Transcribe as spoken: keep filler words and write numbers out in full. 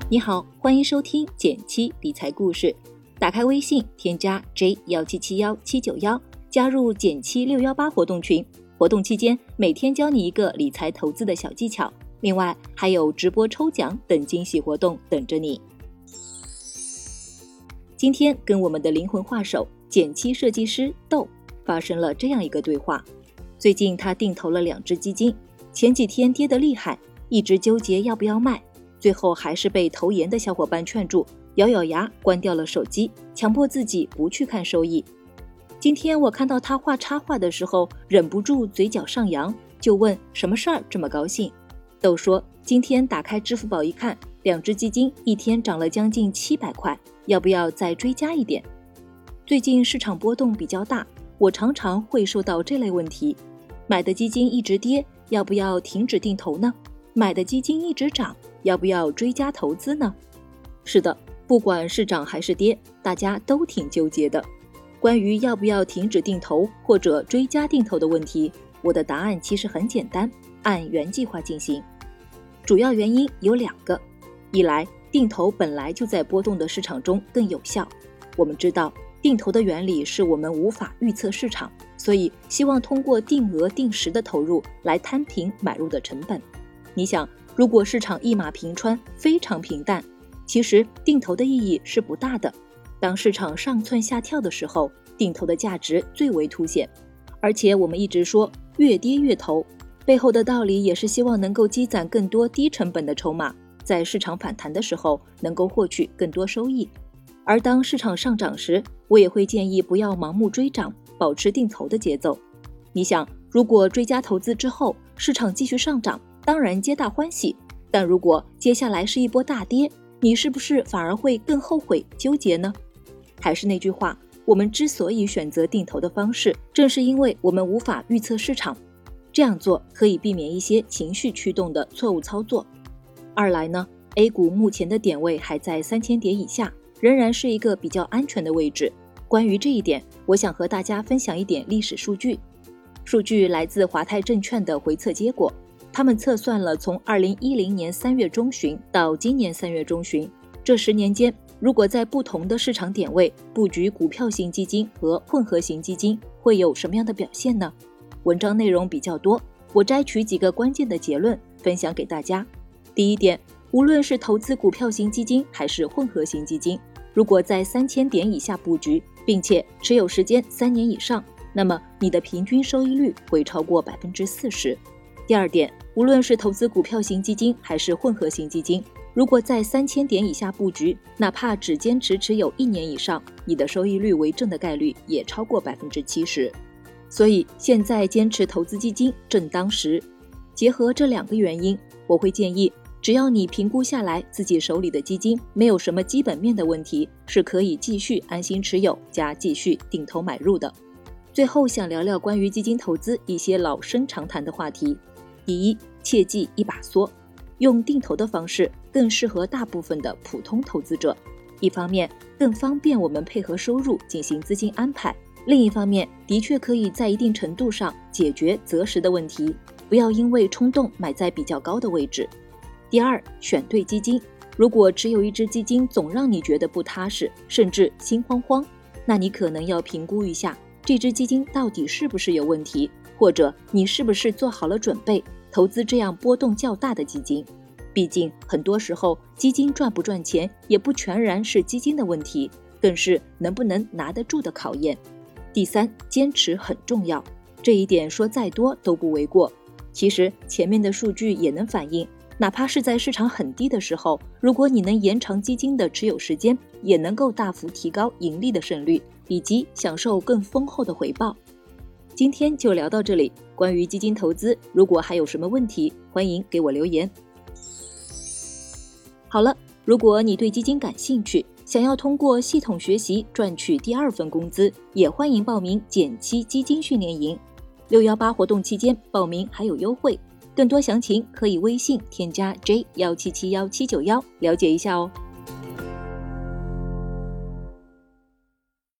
你好，欢迎收听减七理财故事。打开微信，添加 J 一七七一七九一，加入减七六一八活动群。活动期间，每天教你一个理财投资的小技巧，另外还有直播抽奖等惊喜活动等着你。今天跟我们的灵魂画手减七设计师豆发生了这样一个对话。最近他定投了两只基金，前几天跌得厉害，一直纠结要不要卖，最后还是被投研的小伙伴劝住，咬咬牙关掉了手机，强迫自己不去看收益。今天我看到他画插画的时候，忍不住嘴角上扬，就问什么事儿这么高兴。豆说今天打开支付宝一看，两只基金一天涨了将近七百块，要不要再追加一点？最近市场波动比较大，我常常会收到这类问题，买的基金一直跌，要不要停止定投呢？买的基金一直涨，要不要追加投资呢？是的，不管是涨还是跌，大家都挺纠结的。关于要不要停止定投或者追加定投的问题，我的答案其实很简单，按原计划进行。主要原因有两个，一来定投本来就在波动的市场中更有效。我们知道定投的原理是我们无法预测市场，所以希望通过定额定时的投入来摊平买入的成本。你想，如果市场一马平川，非常平淡，其实定投的意义是不大的。当市场上蹿下跳的时候，定投的价值最为凸显。而且我们一直说越跌越投，背后的道理也是希望能够积攒更多低成本的筹码，在市场反弹的时候能够获取更多收益。而当市场上涨时，我也会建议不要盲目追涨，保持定投的节奏。你想，如果追加投资之后，市场继续上涨，当然皆大欢喜，但如果接下来是一波大跌，你是不是反而会更后悔纠结呢？还是那句话，我们之所以选择定投的方式，正是因为我们无法预测市场，这样做可以避免一些情绪驱动的错误操作。二来呢， A 股目前的点位还在三千点以下，仍然是一个比较安全的位置。关于这一点，我想和大家分享一点历史数据。数据来自华泰证券的回测结果，他们测算了从二零一零年三月中旬到今年三月中旬这十年间，如果在不同的市场点位布局股票型基金和混合型基金，会有什么样的表现呢？文章内容比较多，我摘取几个关键的结论分享给大家。第一点，无论是投资股票型基金还是混合型基金，如果在三千点以下布局，并且持有时间三年以上，那么你的平均收益率会超过 百分之四十。第二点，无论是投资股票型基金还是混合型基金，如果在三千点以下布局，哪怕只坚持持有一年以上，你的收益率为正的概率也超过 百分之七十。所以现在坚持投资基金正当时。结合这两个原因，我会建议，只要你评估下来自己手里的基金没有什么基本面的问题，是可以继续安心持有加继续定投买入的。最后想聊聊关于基金投资一些老生常谈的话题。第一，切记一把梭，用定投的方式更适合大部分的普通投资者。一方面更方便我们配合收入进行资金安排，另一方面的确可以在一定程度上解决择时的问题，不要因为冲动买在比较高的位置。第二，选对基金。如果持有一只基金总让你觉得不踏实，甚至心慌慌，那你可能要评估一下这只基金到底是不是有问题，或者你是不是做好了准备投资这样波动较大的基金。毕竟很多时候基金赚不赚钱也不全然是基金的问题，更是能不能拿得住的考验。第三，坚持很重要，这一点说再多都不为过。其实前面的数据也能反映，哪怕是在市场很低的时候，如果你能延长基金的持有时间，也能够大幅提高盈利的胜率，以及享受更丰厚的回报。今天就聊到这里，关于基金投资，如果还有什么问题，欢迎给我留言。好了，如果你对基金感兴趣，想要通过系统学习赚取第二份工资，也欢迎报名减七基金训练营。六一八活动期间报名还有优惠，更多详情可以微信添加 J 一七七一七九一了解一下哦。